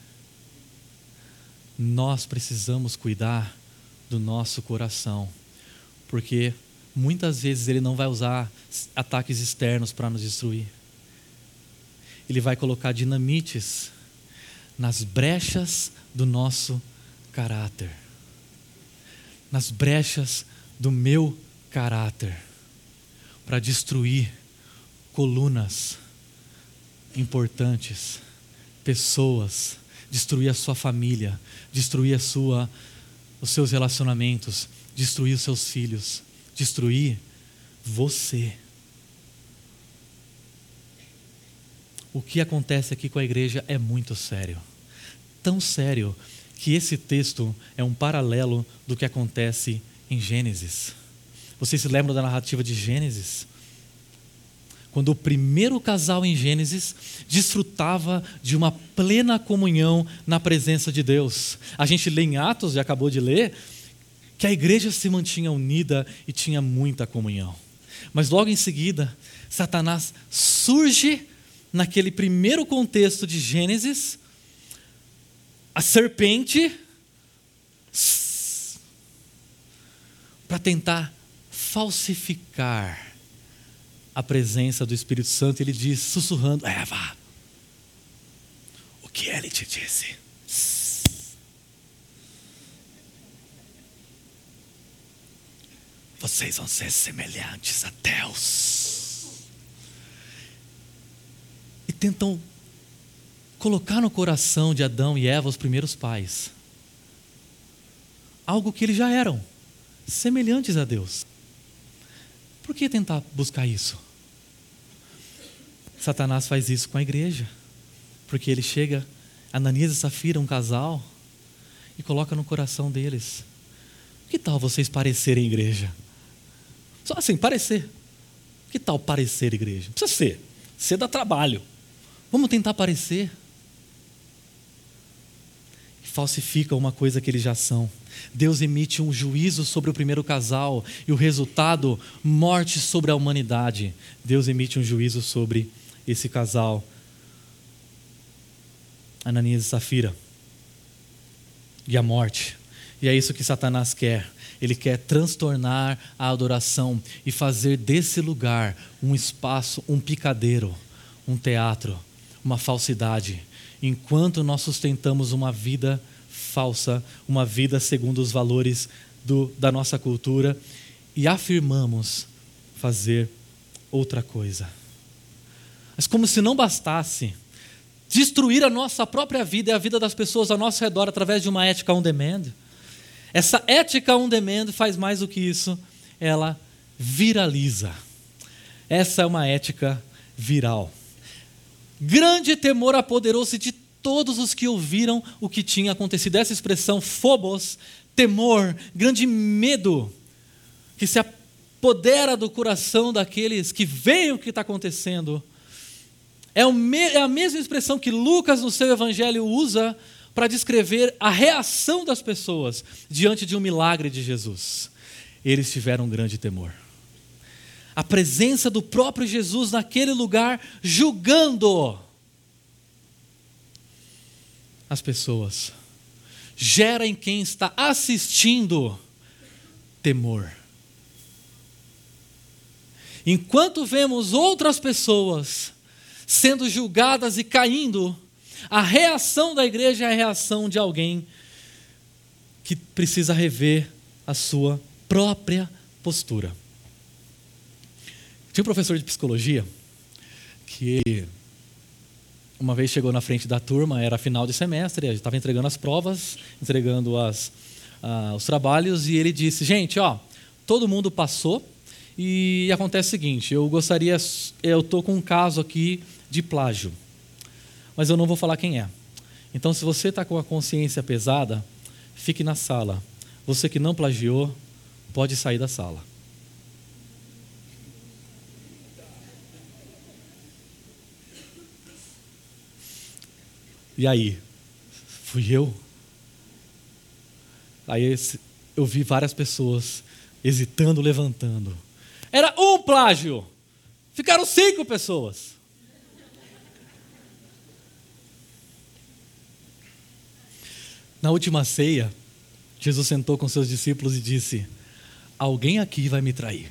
Nós precisamos cuidar do nosso coração, porque muitas vezes ele não vai usar ataques externos para nos destruir. Ele vai colocar dinamites nas brechas do nosso caráter, nas brechas do meu caráter, para destruir colunas importantes, pessoas, destruir a sua família, destruir os seus relacionamentos, destruir os seus filhos, destruir você. O que acontece aqui com a igreja é muito sério. Tão sério que esse texto é um paralelo do que acontece em Gênesis. Vocês se lembram da narrativa de Gênesis? quando o primeiro casal em Gênesis desfrutava de uma plena comunhão na presença de Deus. A gente lê em Atos, já acabou de ler, que a igreja se mantinha unida e tinha muita comunhão. Mas logo em seguida, Satanás surge naquele primeiro contexto de Gênesis, a serpente, para tentar falsificar a presença do Espírito Santo. Ele diz, sussurrando: Eva, o que ele te disse? Vocês vão ser semelhantes a Deus. E tentam colocar no coração de Adão e Eva, os primeiros pais, algo que eles já eram, semelhantes a Deus. Por que tentar buscar isso? Satanás faz isso com a igreja, porque ele chega, Ananias e Safira, um casal, e coloca no coração deles: que tal vocês parecerem igreja? Só assim, parecer. Que tal parecer igreja? Não precisa ser dá trabalho. Vamos tentar parecer. E falsificam uma coisa que eles já são. Deus emite um juízo sobre o primeiro casal e o resultado, morte sobre a humanidade. Deus emite um juízo sobre esse casal, Ananias e Safira, e a morte. E é isso que Satanás quer. Ele quer transtornar a adoração e fazer desse lugar um espaço, um picadeiro, um teatro, uma falsidade. Enquanto nós sustentamos uma vida falsa, uma vida segundo os valores da nossa cultura, e afirmamos fazer outra coisa. Mas como se não bastasse destruir a nossa própria vida e a vida das pessoas ao nosso redor através de uma ética on demand, essa ética on demand faz mais do que isso, ela viraliza. Essa é uma ética viral. Grande temor apoderou-se de todos os que ouviram o que tinha acontecido. Essa expressão, phobos, temor, grande medo, que se apodera do coração daqueles que veem o que está acontecendo, é a mesma expressão que Lucas no seu evangelho usa para descrever a reação das pessoas diante de um milagre de Jesus. Eles tiveram um grande temor. A presença do próprio Jesus naquele lugar, julgando as pessoas, gera em quem está assistindo temor. Enquanto vemos outras pessoas sendo julgadas e caindo, a reação da igreja é a reação de alguém que precisa rever a sua própria postura. Tinha um professor de psicologia que uma vez chegou na frente da turma, era final de semestre, a gente estava entregando as provas, entregando os trabalhos, e ele disse: gente, todo mundo passou e acontece o seguinte, eu estou com um caso aqui de plágio, mas eu não vou falar quem é. Então, se você está com a consciência pesada, fique na sala. Você que não plagiou, pode sair da sala. E aí? Fui eu? Aí eu vi várias pessoas hesitando, levantando. Era um plágio. Ficaram 5 pessoas. Na última ceia, Jesus sentou com seus discípulos e disse: alguém aqui vai me trair.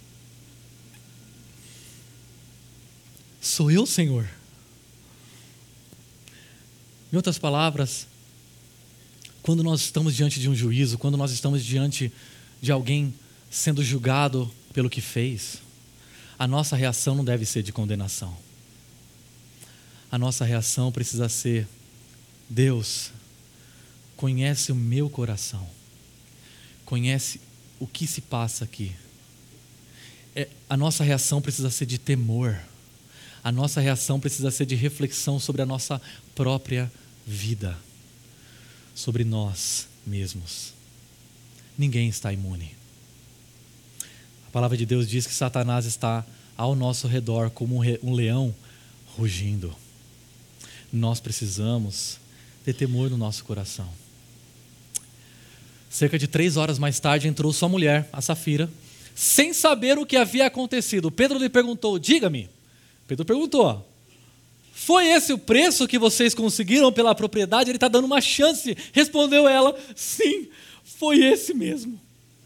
Sou eu, Senhor. Em outras palavras, quando nós estamos diante de um juízo, quando nós estamos diante de alguém sendo julgado pelo que fez, a nossa reação não deve ser de condenação. A nossa reação precisa ser: Deus conhece o meu coração, conhece o que se passa aqui. A nossa reação precisa ser de temor. A nossa reação precisa ser de reflexão sobre a nossa própria vida, sobre nós mesmos. Ninguém está imune. A palavra de Deus diz que Satanás está ao nosso redor como um leão rugindo. Nós precisamos ter temor no nosso coração. Cerca de 3 horas mais tarde entrou sua mulher, a Safira, sem saber o que havia acontecido. Pedro lhe perguntou, diga-me. Pedro perguntou, foi esse o preço que vocês conseguiram pela propriedade? Ele está dando uma chance. Respondeu ela, sim, foi esse mesmo.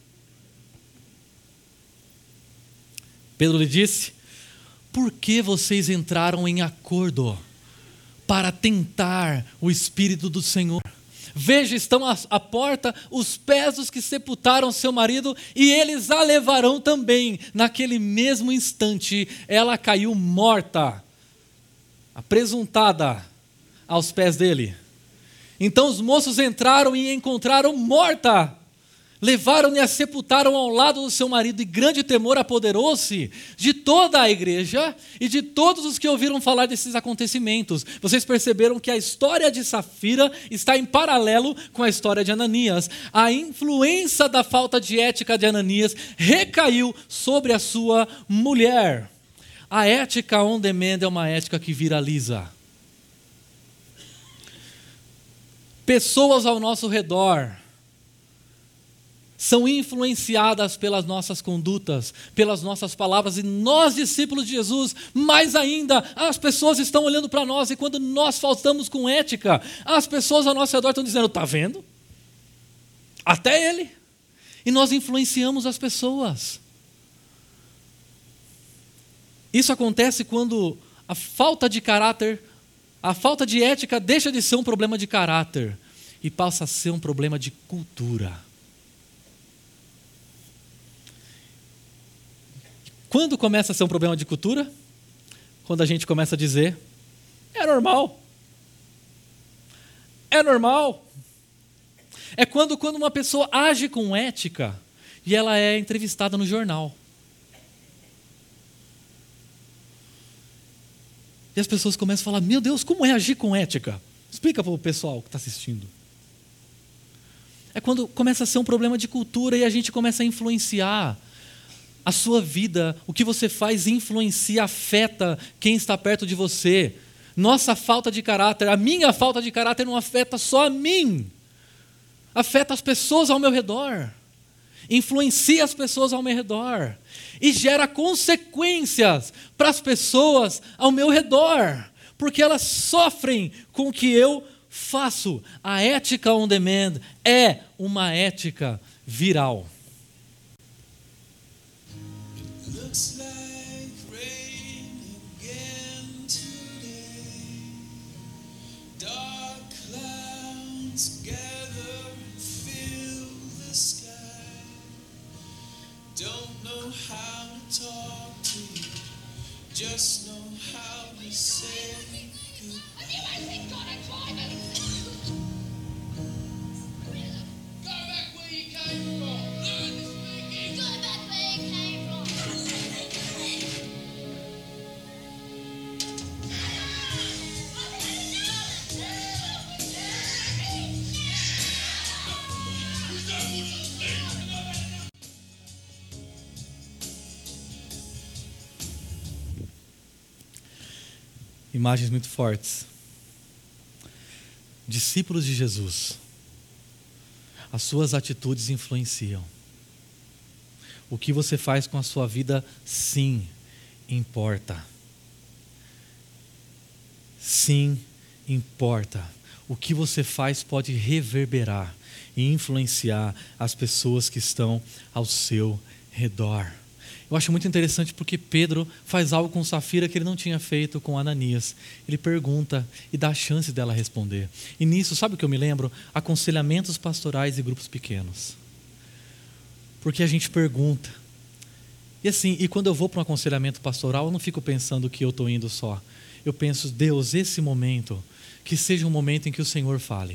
Pedro lhe disse, por que vocês entraram em acordo para tentar o Espírito do Senhor? Veja, estão à porta os pés dos que sepultaram seu marido e eles a levarão também. Naquele mesmo instante, ela caiu morta, apresuntada aos pés dele. Então os moços entraram e a encontraram morta. Levaram-na e a sepultaram ao lado do seu marido, e grande temor apoderou-se de toda a igreja e de todos os que ouviram falar desses acontecimentos. Vocês perceberam que a história de Safira está em paralelo com a história de Ananias. A influência da falta de ética de Ananias recaiu sobre a sua mulher. A ética on demand é uma ética que viraliza. Pessoas ao nosso redor são influenciadas pelas nossas condutas, pelas nossas palavras, e nós, discípulos de Jesus, mais ainda, as pessoas estão olhando para nós, e quando nós faltamos com ética, as pessoas ao nosso redor estão dizendo, está vendo? Até ele. E nós influenciamos as pessoas. Isso acontece quando a falta de caráter, a falta de ética deixa de ser um problema de caráter e passa a ser um problema de cultura. Quando começa a ser um problema de cultura? Quando a gente começa a dizer, é normal. É normal. É quando uma pessoa age com ética e ela é entrevistada no jornal. E as pessoas começam a falar, meu Deus, como é agir com ética? Explica para o pessoal que está assistindo. É quando começa a ser um problema de cultura e a gente começa a influenciar a sua vida, o que você faz influencia, afeta quem está perto de você. Nossa falta de caráter, a minha falta de caráter não afeta só a mim. Afeta as pessoas ao meu redor. Influencia as pessoas ao meu redor. E gera consequências para as pessoas ao meu redor. Porque elas sofrem com o que eu faço. A ética on demand é uma ética viral. Looks like rain again today. Dark clouds gather and fill the sky. Don't know how to talk to you, just know how to say goodbye. Go back where you came from. Learn to speak English. Go back where you came from. Imagens muito fortes. Discípulos de Jesus. As suas atitudes influenciam. O que você faz com a sua vida, sim, importa. Sim, importa. O que você faz pode reverberar e influenciar as pessoas que estão ao seu redor. Eu acho muito interessante porque Pedro faz algo com Safira que ele não tinha feito com Ananias. Ele pergunta e dá a chance dela responder. E nisso, sabe o que eu me lembro? Aconselhamentos pastorais e grupos pequenos. Porque a gente pergunta. E assim, e quando eu vou para um aconselhamento pastoral, eu não fico pensando que eu estou indo só. Eu penso, Deus, esse momento, que seja um momento em que o Senhor fale.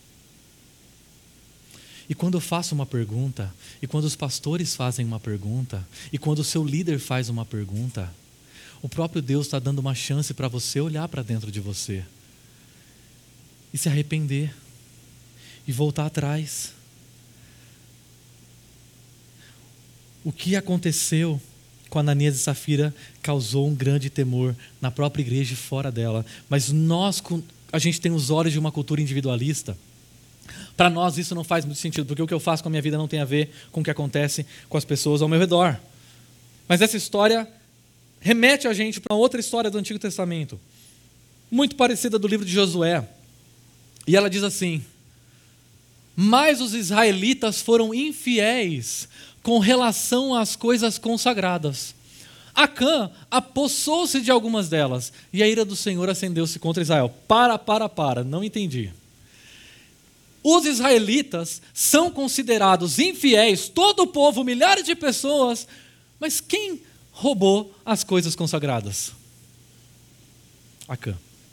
E quando eu faço uma pergunta, e quando os pastores fazem uma pergunta, e quando o seu líder faz uma pergunta, o próprio Deus está dando uma chance para você olhar para dentro de você e se arrepender e voltar atrás. O que aconteceu com Ananias e Safira causou um grande temor na própria igreja e fora dela. Mas a gente tem os olhos de uma cultura individualista. Para nós isso não faz muito sentido, porque o que eu faço com a minha vida não tem a ver com o que acontece com as pessoas ao meu redor. Mas essa história remete a gente para outra história do Antigo Testamento, muito parecida do livro de Josué. E ela diz assim: mas os israelitas foram infiéis com relação às coisas consagradas. Acã apossou-se de algumas delas, e a ira do Senhor acendeu-se contra Israel. Não entendi. Os israelitas são considerados infiéis, todo o povo, milhares de pessoas, mas quem roubou as coisas consagradas? Acã.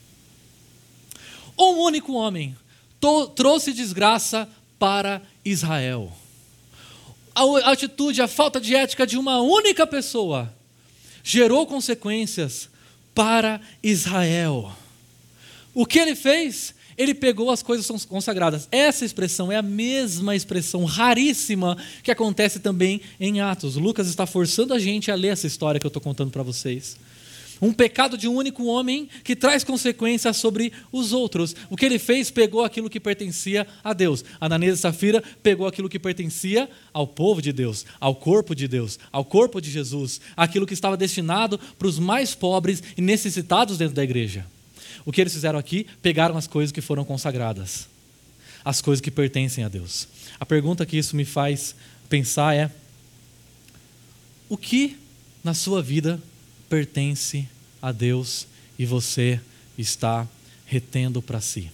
Um único homem trouxe desgraça para Israel. A atitude, a falta de ética de uma única pessoa gerou consequências para Israel. O que ele fez? Ele pegou as coisas consagradas. Essa expressão é a mesma expressão raríssima que acontece também em Atos. Lucas está forçando a gente a ler essa história que eu estou contando para vocês. Um pecado de um único homem que traz consequências sobre os outros. O que ele fez? Pegou aquilo que pertencia a Deus. Ananias e Safira pegou aquilo que pertencia ao povo de Deus, ao corpo de Deus, ao corpo de Jesus, aquilo que estava destinado para os mais pobres e necessitados dentro da igreja. O que eles fizeram aqui? Pegaram as coisas que foram consagradas, as coisas que pertencem a Deus. A pergunta que isso me faz pensar é: o que na sua vida pertence a Deus e você está retendo para si?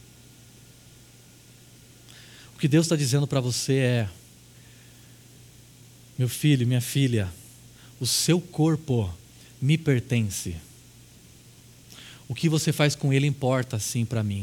O que Deus está dizendo para você é: meu filho, minha filha, o seu corpo me pertence. O que você faz com ele importa sim para mim.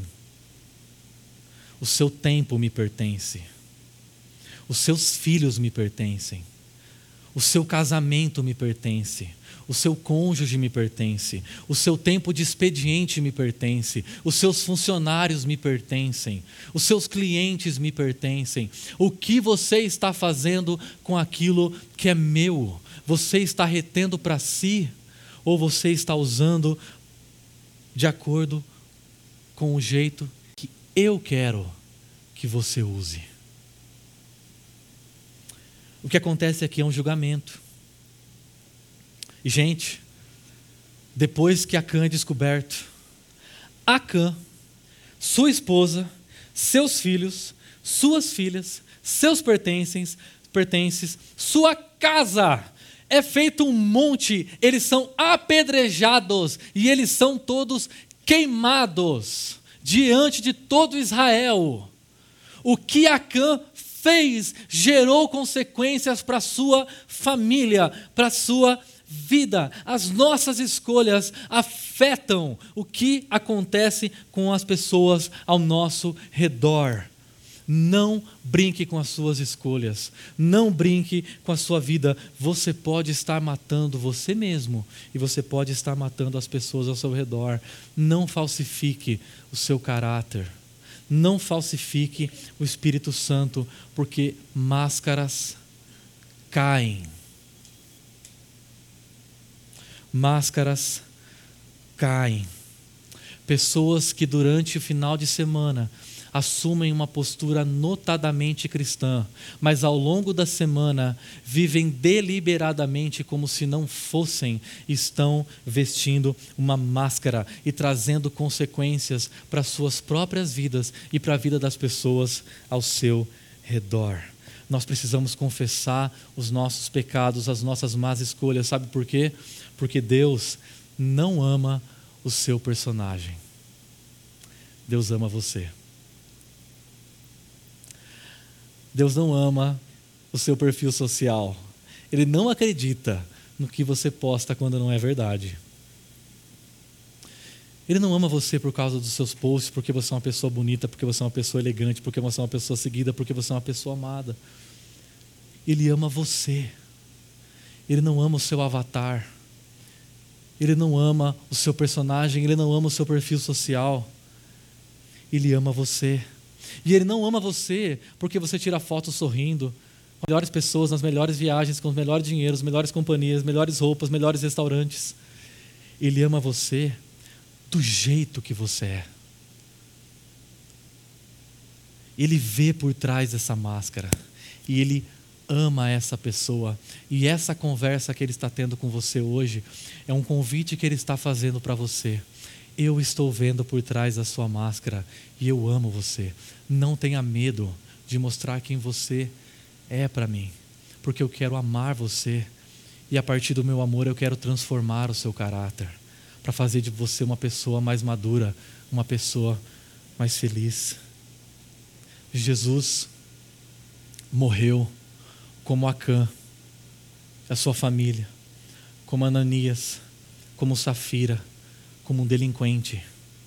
O seu tempo me pertence. Os seus filhos me pertencem. O seu casamento me pertence. O seu cônjuge me pertence. O seu tempo de expediente me pertence. Os seus funcionários me pertencem. Os seus clientes me pertencem. O que você está fazendo com aquilo que é meu? Você está retendo para si ou você está usando de acordo com o jeito que eu quero que você use? O que acontece aqui é um julgamento. E, gente, depois que Acã é descoberto, Acã, sua esposa, seus filhos, suas filhas, seus pertences, sua casa, é feito um monte, eles são apedrejados e eles são todos queimados diante de todo Israel. O que Acã fez gerou consequências para a sua família, para a sua vida. As nossas escolhas afetam o que acontece com as pessoas ao nosso redor. Não brinque com as suas escolhas. Não brinque com a sua vida. Você pode estar matando você mesmo e você pode estar matando as pessoas ao seu redor. Não falsifique o seu caráter. Não falsifique o Espírito Santo, porque máscaras caem. Máscaras caem. Pessoas que durante o final de semana assumem uma postura notadamente cristã, mas ao longo da semana vivem deliberadamente como se não fossem, estão vestindo uma máscara e trazendo consequências para suas próprias vidas e para a vida das pessoas ao seu redor. Nós precisamos confessar os nossos pecados, as nossas más escolhas. Sabe por quê? Porque Deus não ama o seu personagem. Deus ama você. Deus não ama o seu perfil social. Ele não acredita no que você posta quando não é verdade. Ele não ama você por causa dos seus posts, porque você é uma pessoa bonita, porque você é uma pessoa elegante, porque você é uma pessoa seguida, porque você é uma pessoa amada. Ele ama você. Ele não ama o seu avatar. Ele não ama o seu personagem, ele não ama o seu perfil social. Ele ama você. E ele não ama você porque você tira foto sorrindo, com as melhores pessoas, nas melhores viagens, com os melhores dinheiros, melhores companhias, melhores roupas, melhores restaurantes. Ele ama você do jeito que você é. Ele vê por trás dessa máscara e Ele ama essa pessoa. E essa conversa que Ele está tendo com você hoje é um convite que Ele está fazendo para você. Eu estou vendo por trás da sua máscara e eu amo você. Não tenha medo de mostrar quem você é para mim, porque eu quero amar você e a partir do meu amor eu quero transformar o seu caráter para fazer de você uma pessoa mais madura, uma pessoa mais feliz. Jesus morreu como Acã, a sua família, como Ananias, como Safira, como um delinquente.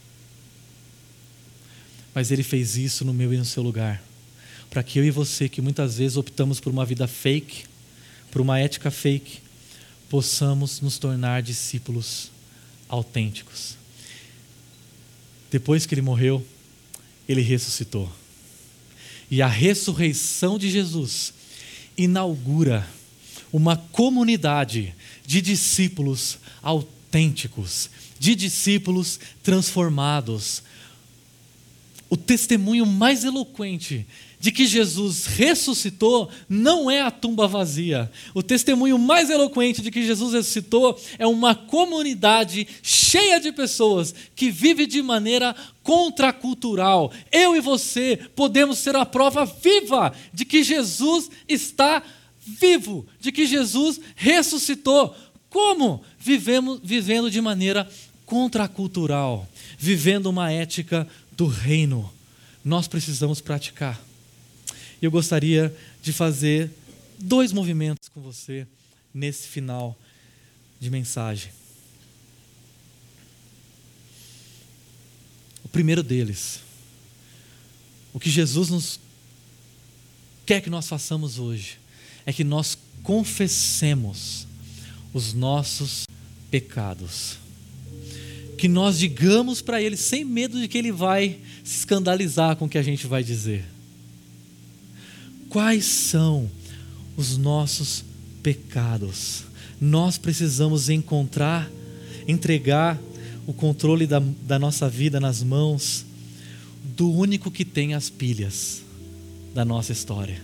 Mas Ele fez isso no meu e no seu lugar, para que eu e você, que muitas vezes optamos por uma vida fake, por uma ética fake, possamos nos tornar discípulos autênticos. Depois que Ele morreu, Ele ressuscitou. E a ressurreição de Jesus inaugura uma comunidade de discípulos autênticos, de discípulos transformados. O testemunho mais eloquente de que Jesus ressuscitou não é a tumba vazia. O testemunho mais eloquente de que Jesus ressuscitou é uma comunidade cheia de pessoas que vive de maneira contracultural. Eu e você podemos ser a prova viva de que Jesus está vivo, de que Jesus ressuscitou. Como? Vivendo de maneira contracultural, vivendo uma ética do reino. Nós precisamos praticar. Eu gostaria de fazer 2 movimentos com você nesse final de mensagem. O primeiro deles, o que Jesus nos quer que nós façamos hoje, é que nós confessemos os nossos pecados. Que nós digamos para Ele, sem medo de que Ele vai se escandalizar com o que a gente vai dizer. Quais são os nossos pecados? Nós precisamos entregar o controle da nossa vida nas mãos do único que tem as pilhas da nossa história.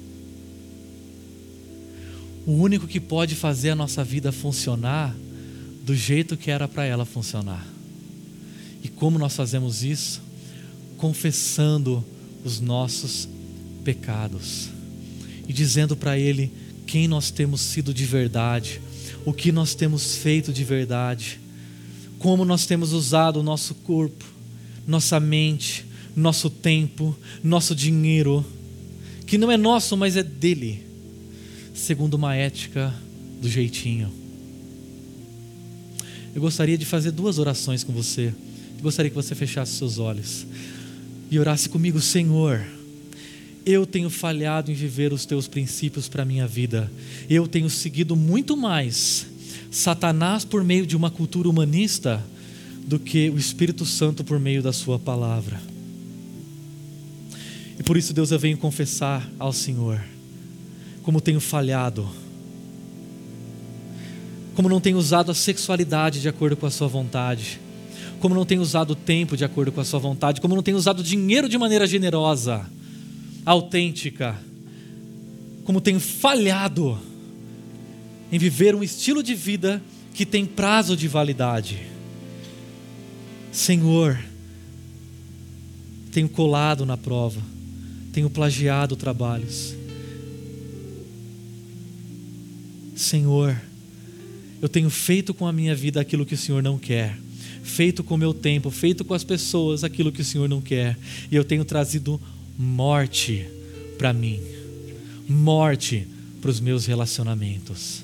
O único que pode fazer a nossa vida funcionar do jeito que era para ela funcionar. E como nós fazemos isso? Confessando os nossos pecados e dizendo para Ele quem nós temos sido de verdade, o que nós temos feito de verdade, como nós temos usado o nosso corpo, nossa mente, nosso tempo, nosso dinheiro, que não é nosso, mas é dele, segundo uma ética do jeitinho. Eu gostaria de fazer 2 orações com você. Eu gostaria que você fechasse seus olhos e orasse comigo. Senhor, eu tenho falhado em viver os teus princípios para a minha vida. Eu tenho seguido muito mais Satanás por meio de uma cultura humanista do que o Espírito Santo por meio da sua palavra. E por isso, Deus, eu venho confessar ao Senhor como tenho falhado, como não tenho usado a sexualidade de acordo com a sua vontade, como não tenho usado o tempo de acordo com a sua vontade, como não tenho usado o dinheiro de maneira generosa, autêntica, como tenho falhado em viver um estilo de vida que tem prazo de validade. Senhor, tenho colado na prova, tenho plagiado trabalhos. Senhor, eu tenho feito com a minha vida aquilo que o Senhor não quer, feito com o meu tempo, feito com as pessoas aquilo que o Senhor não quer, e eu tenho trazido morte para mim, morte para os meus relacionamentos.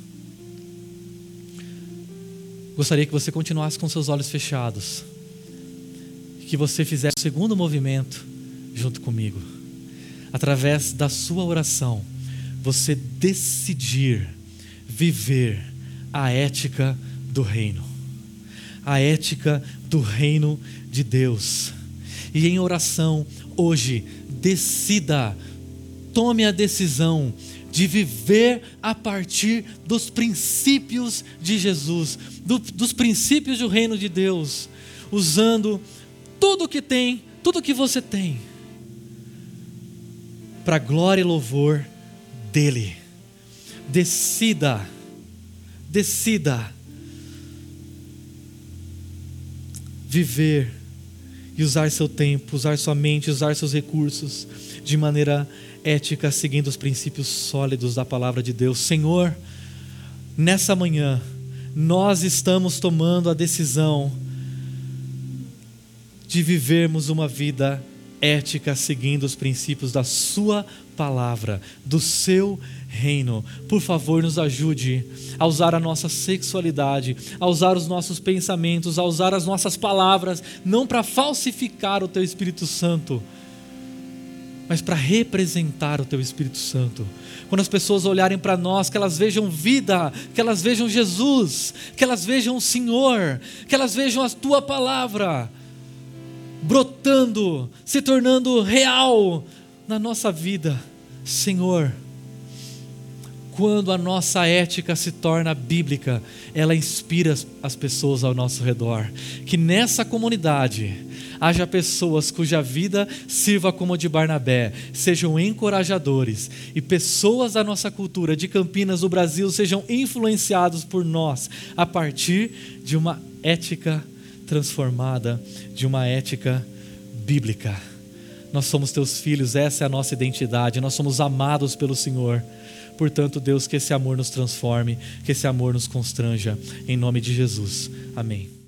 Gostaria que você continuasse com seus olhos fechados, que você fizesse o segundo movimento junto comigo. Através da sua oração, você decidir viver a ética do reino, a ética do reino de Deus. E em oração hoje, decida, tome a decisão de viver a partir dos princípios de Jesus, dos princípios do reino de Deus, usando tudo que tem, tudo que você tem, para a glória e louvor dEle. Decida viver e usar seu tempo, usar sua mente, usar seus recursos de maneira ética, seguindo os princípios sólidos da palavra de Deus. Senhor, nessa manhã, nós estamos tomando a decisão de vivermos uma vida ética, seguindo os princípios da sua palavra, do seu reino. Por favor, nos ajude a usar a nossa sexualidade, a usar os nossos pensamentos, a usar as nossas palavras, não para falsificar o Teu Espírito Santo, mas para representar o Teu Espírito Santo. Quando as pessoas olharem para nós, que elas vejam vida, que elas vejam Jesus, que elas vejam o Senhor, que elas vejam a Tua palavra brotando, se tornando real na nossa vida. Senhor, quando a nossa ética se torna bíblica, ela inspira as pessoas ao nosso redor. Que nessa comunidade haja pessoas cuja vida sirva como a de Barnabé, sejam encorajadores, e pessoas da nossa cultura, de Campinas, do Brasil, sejam influenciados por nós, a partir de uma ética transformada, de uma ética bíblica. Nós somos Teus filhos, essa é a nossa identidade, nós somos amados pelo Senhor. Portanto, Deus, que esse amor nos transforme, que esse amor nos constranja, em nome de Jesus. Amém.